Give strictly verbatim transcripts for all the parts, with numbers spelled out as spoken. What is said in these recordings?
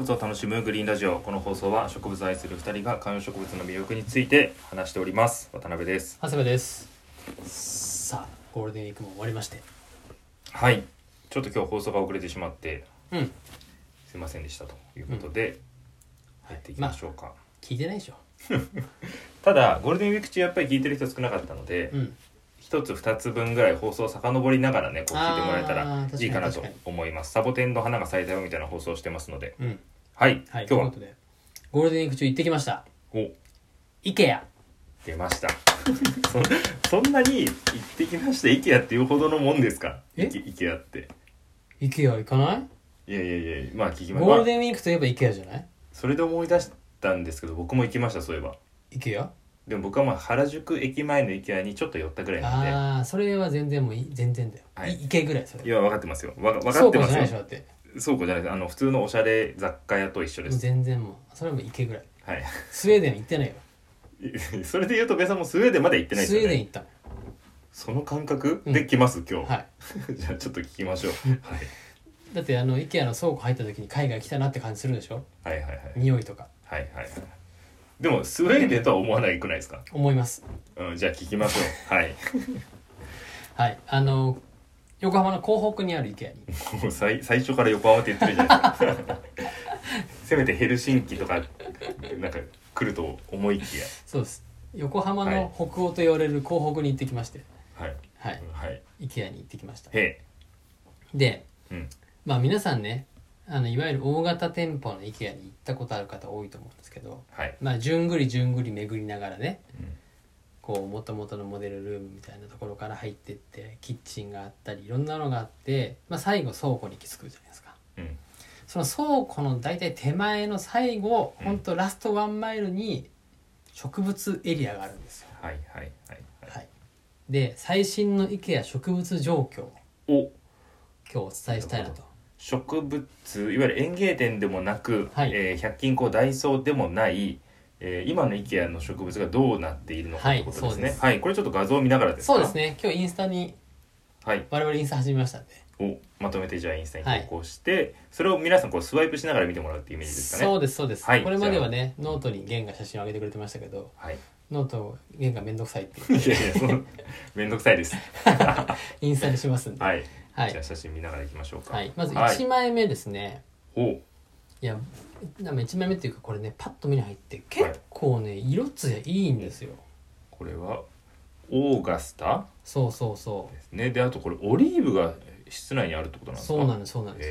物を楽しむグリーンラジオ。この放送は植物を愛するふたりが観葉植物の魅力について話しております。渡辺です。 長谷部です。さあゴールデンウィークも終わりまして、 はい、ちょっと今日放送が遅れてしまってうんすいませんでしたということで、うん、入っていきましょうか、まあ、 聞いてないでしょただゴールデンウィーク中やっぱり聞いてる人少なかったので、うん一つ二つ分ぐらい放送を遡りながらねこう聞いてもらえたらいいかなと思います。サボテンの花が咲いたよみたいな放送をしてますので、うん、はい、はい、今日はということでゴールデンウィーク中行ってきました。お IKEA 出ましたそ, そんなに行ってきました IKEA っていうほどのもんですか？え IKEA って IKEA 行かない？ いやいやいや、まあ聞きました。 ゴールデンウィークといえば IKEA じゃない？ それで思い出したんですけど僕も行きました。そういえば IKEA？ でも僕はまあ原宿駅前の IKEA にちょっと寄ったぐらいなんで。 ああ、それは全然もうい全然だよ。はい。行けぐらいそれ。 いや分かってますよ。わ分かってますよ。倉庫じゃないでしょだって。 倉庫じゃないです。あの普通のおしゃれ雑貨屋と一緒です。 全然もうそれも行けぐらい。 はい。 スウェーデン行ってないよ。 それで言うとベさんもスウェーデンまで行ってないですよね。 スウェーデン行ったの。 その感覚で来ます、うん、今日。はい。じゃあちょっと聞きましょう。はい。 だってあの IKEA の倉庫入った時に海外来たなって感じするでしょ。 はいはいはい。 匂いとか。 はいはいはい。でもスウェーデンとは思わないくないですか？ 思います、 うん、じゃあ聞きましょうはいはいあの横浜の港北にある IKEA にもう 最, 最初から横浜って言ってるじゃないですかせめてヘルシンキとかなんか来ると思いきやそうです。横浜の北欧と言われる港北に行ってきましてはいはい、はい、IKEA に行ってきました。 へで、うん、まあ皆さんねあのいわゆる大型店舗の IKEA に行ったことある方多いと思うんですけど、はい、まあ順繰り順繰り巡りながらね、うん、こう元々のモデルルームみたいなところから入っていってキッチンがあったりいろんなのがあって、まあ、最後倉庫に行き着くじゃないですか、うん、その倉庫の大体手前の最後、うん、ほんとラストワンマイルに植物エリアがあるんですよ。 はいはいはいはい、はい、 で最新の IKEA 植物状況を今日お伝えしたいなと。 植物いわゆる園芸店でもなく、はいえー、ひゃく均衡ダイソーでもない、えー、今の IKEA の植物がどうなっているのかということですね。はい、これちょっと画像を見ながらですか？ そうですね。今日インスタに、はい、我々インスタ始めましたんでおまとめてじゃあインスタに投稿して、はい、それを皆さんこうスワイプしながら見てもらうっていうイメージですかね。 そうですそうです、はい、これまではねノートに玄が写真を上げてくれてましたけど、はい、ノート玄がめんどくさいって言っていやいやそのめんどくさいですインスタにしますんで、 はいはい、じゃあ写真見ながらいきましょうか。 はい、まずいちまいめですね。 はい、おいやなんかいちまいめっていうかこれねパッと目に入って結構ね、はい、色艶いいんですよ。 これはオーガスタそうそうそうですね。であとこれオリーブが室内にあるってことなんですか？ そうなんですそうなんです。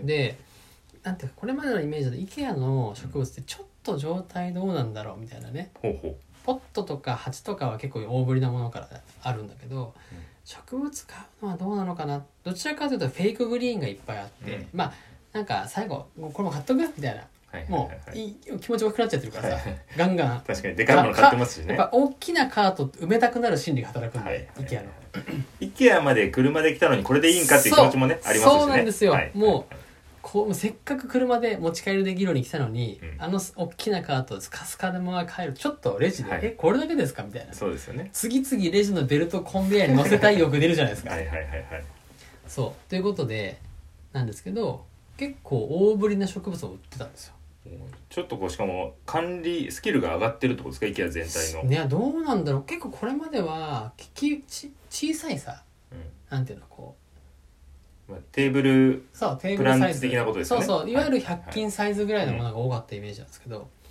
でなんていうかこれまでのイメージだと IKEA の植物ってちょっと状態どうなんだろうみたいなね、 ほうほうポットとか鉢とかは結構大ぶりなものからあるんだけど、うん植物買うのはどうなのかな。どちらかというとフェイクグリーンがいっぱいあって、うん、まあなんか最後これも買っとくみたいな、はいはいはいはい、もういい気持ち大きくなっちゃってるからさ、はいはい、ガンガン確かにでかいもの買ってますしね。 やっぱ大きなカート埋めたくなる心理が働くんで、はいはいはい、IKEA の IKEA まで車で来たのにこれでいいんかっていう気持ちもねありますしね。 そうなんですよ、 はい、 もうこうせっかく車で持ち帰りできるように来たのに、うん、あの大きなカートスカスカでまま帰るちょっとレジで、はい、えこれだけですかみたいな。 そうですよね。 次々レジのベルトコンベヤーに乗せたい欲出るじゃないですかはいはいはいはい。 そうということでなんですけど結構大ぶりな植物を売ってたんですよ。 ちょっとこうしかも管理スキルが上がってるってことですか IKEA 全体の。 いやどうなんだろう。結構これまではきち小さいさ、うん、なんていうのこうテーブルそうテーブルサイズ的なことですよね。 そうそういわゆるひゃく均サイズぐらいのものが多かったイメージなんですけど、はいはい、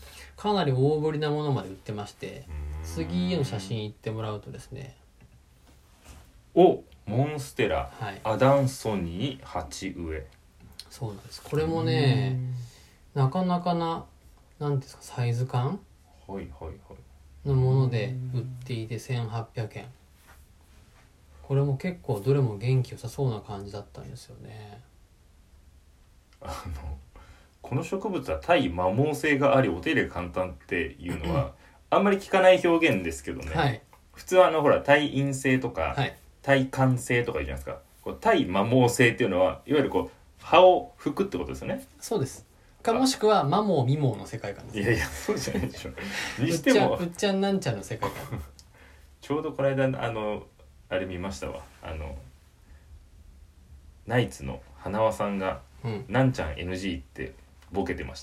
かなり大ぶりなものまで売ってまして、次の写真行ってもらうとですねおモンステラ、 はい、 アダンソニー鉢植え。 そうなんです。これもねなかなかななんですかサイズ感はいはいはいのもので売っていてせんはっぴゃくえん。これも結構どれも元気良さそうな感じだったんですよね。 あのこの植物は対摩耗性がありお手入れが簡単っていうのはあんまり聞かない表現ですけどね、はい、普通はあのほら対陰性とか、はい、対寒性とか言うじゃないですか。こう対摩耗性っていうのはいわゆるこう葉を吹くってことですよね。 そうですかもしくは摩耗未毛の世界観です、 ね、いやいやそうじゃないでしょにしてもうっちゃんなんちゃんの世界観ちょうどこの間あのあれ見ましたわ。あのナイツの花輪さんが、うん、なんちゃん エヌジー ってボケてました、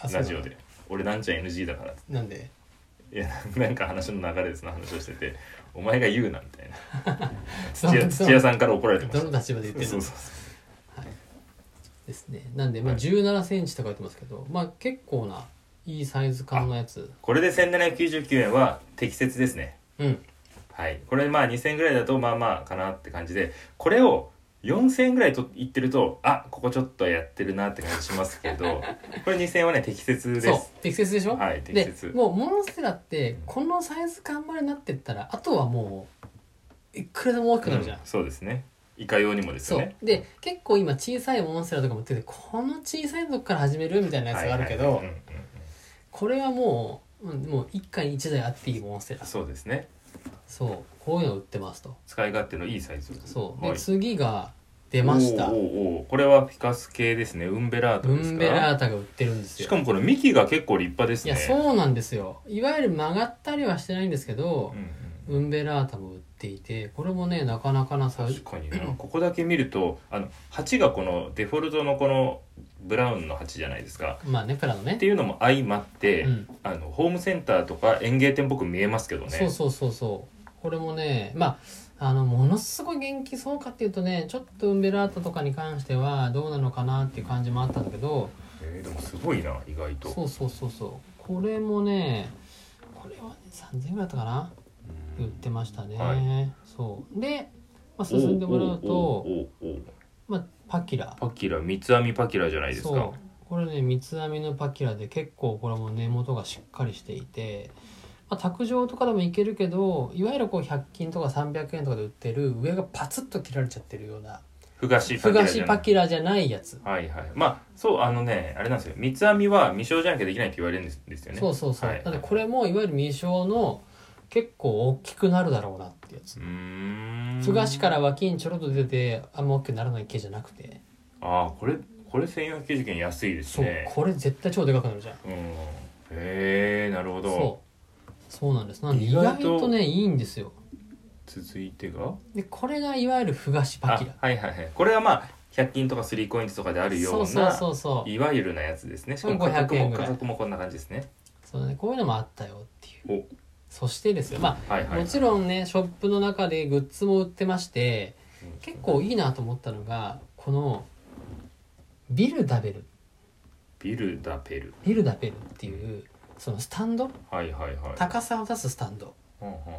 ラジオで。俺なんちゃん エヌジー だからって。 なんで？ いやなんか話の流れでその話をしてて、お前が言うなみたいな土屋土屋さんから怒られてました。 どの立場で言ってるの？ そうそうそう、 はい、ですね。なんで、まあ、じゅうななセンチとか言ってますけど、まあ結構ないいサイズ感のやつ。 これでせんななひゃくきゅうじゅうきゅうえんは適切ですね。 うん、 はい、これまあにせんえんぐらいだとまあまあかなって感じで、これをよんせんえんぐらいと言ってると、あ、ここちょっとやってるなって感じしますけどこれにせんえんはね適切です。 そう適切でしょ。 はい適切でもうモンステラってこのサイズ感までなってったらあとはもういくらでも大きくなるじゃん、うん、 そうですね。いかようにもですよね。 そうで結構今小さいモンステラとかも売ってて、この小さいとこから始めるみたいなやつがあるけど、これはもう、うん、もう一家に一台あっていいモンステラ。 そうですね。 そうこういうの売ってますと。 使い勝手のいいサイズ。 そうで、はい、次が出ました。 おーおーおー、これはフィカス系ですね。ウンベラータですか。 ウンベラータが売ってるんですよ。 しかもこれ幹が結構立派ですね。 いやそうなんですよ。いわゆる曲がったりはしてないんですけど、うんうん、ウンベラータも売っていて、これもねなかなかなサイズ。 確かになここだけ見るとあの鉢がこのデフォルトのこのブラウンの鉢じゃないですか。 まあねプラのねっていうのも相まって、 うん、 あのホームセンターとか園芸店っぽく見えますけどね。 そうそうそうそう。これもねまああのものすごい元気そうかっていうとね、ちょっとウンベラータとかに関してはどうなのかなっていう感じもあったんだけど、 えー、でもすごいな意外と。 そうそうそうそう。これもねこれはねさんぜんえんぐらいだったかな、売ってましたね、はい、そうで、まあ、進んでもらうとまあ、パキラパキラ三つ編みパキラじゃないですか。 そうこれね三つ編みのパキラで結構これも根元がしっかりしていて、まあ、卓上とかでもいけるけど、いわゆるこうひゃく均とかさんびゃくえんとかで売ってる上がパツッと切られちゃってるようなふがしパキラじゃない、パキラじゃないやつ。 はいはい。まあそうあのねあれなんですよ。三つ編みは未生じゃなきゃできないって言われるんですよね。 そうそうそう。 はい、 だってこれもいわゆる未生の結構大きくなるだろうなってやつ。うーん。ふがしから脇にちょろっと出てあんま大きくならない系じゃなくて。 ああこれこれせんよんひゃくきゅうじゅうえん安いですね。 そうこれ絶対超でかくなるじゃん。うん。 へえなるほど。 そうそうなんです。なんで意外とねいいんですよ。 続いてがでこれがいわゆるふがしパキラ。 はいはいはい。これはまあひゃく均とかスリーコインズとかであるようなそうそうそうそういわゆるなやつですね。しかも価格も価格もこんな感じですね。 そうねこういうのもあったよっていう。おそしてですよまあ、はいはいはい、もちろんねショップの中でグッズも売ってまして、うん、結構いいなと思ったのがこのビルダベルビルダベルビルダベルっていうそのスタンド、 はいはいはい、 高さを出すスタンド、うんうんうんうん、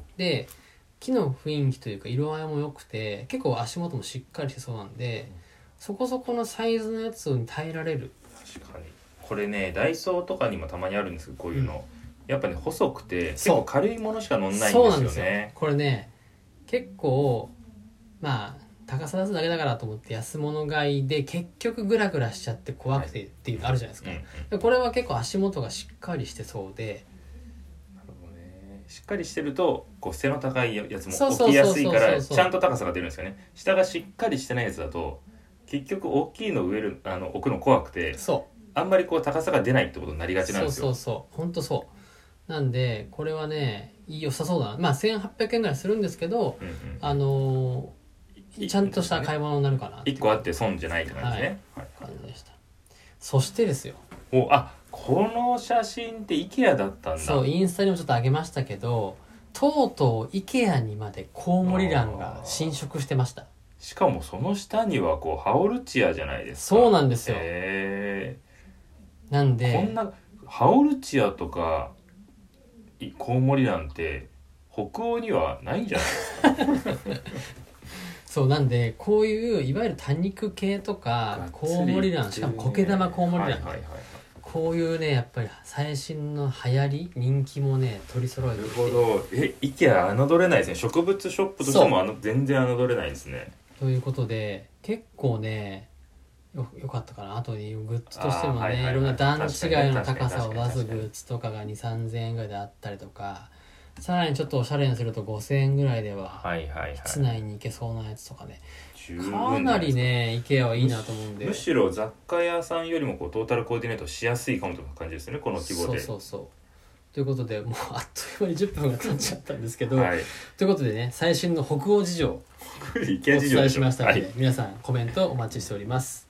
で木の雰囲気というか色合いも良くて結構足元もしっかりしてそうなんで、うん、そこそこのサイズのやつに耐えられる。 確かにこれねダイソーとかにもたまにあるんですけどこういうの、うん、やっぱね細くて結構軽いものしか乗んないんですよね。そうなんですよ。 これね結構まあ高さ出すだけだからと思って安物買いで結局グラグラしちゃって怖くてっていうのあるじゃないですか、はいうんうん、これは結構足元がしっかりしてそうで、 なるほどね、しっかりしてるとこう背の高いやつも起きやすいからちゃんと高さが出るんですよね。下がしっかりしてないやつだと結局大きいの植えるあの置くの怖くてそうあんまりこう高さが出ないってことになりがちなんですよ。 そうそうそう本当そうなんでこれはね良さそうだな。まあせんはっぴゃくえんぐらいするんですけど、うんうん、あのーちゃんとした買い物になるかな。 いっこあって損じゃないって感じね。 はい、感じでした。そしてですよ。 おあこの写真って IKEA だったんだ。 そうインスタにもちょっと上げましたけど、とうとう IKEA にまでコウモリランが侵食してました。 しかもその下にはこうハオルチアじゃないですか。そうなんですよ。 へーなんでこんなハオルチアとかコウモリランって北欧にはないんじゃないですか。 そうなんでこういういわゆる多肉系とかコウモリラン、しかも苔玉コウモリラン、はいはいはいはい、こういうねやっぱり最新の流行り人気もね取り揃えてきて。なるほど。え IKEA 侮れないですね。植物ショップとしてもあの全然侮れないですね。 ということで結構ね よ, よかったかな。あとにグッズとしてもね、はいはいはい、いろんな段違いの高さを出すグッズとかがにせんさんぜんえんぐらいであったりとか、さらにちょっとおしゃれにするとごせんえんぐらいでは室内に行けそうなやつとかね、かなりね IKEA はいいなと思うんで、 むしろ雑貨屋さんよりもこうトータルコーディネートしやすいかもという感じですねこの規模で。 そうそうそうということでもうあっという間にじゅっぷんが経っちゃったんですけど、はい、ということでね最新の北欧事情をお伝えしましたので、はい、皆さんコメントお待ちしております。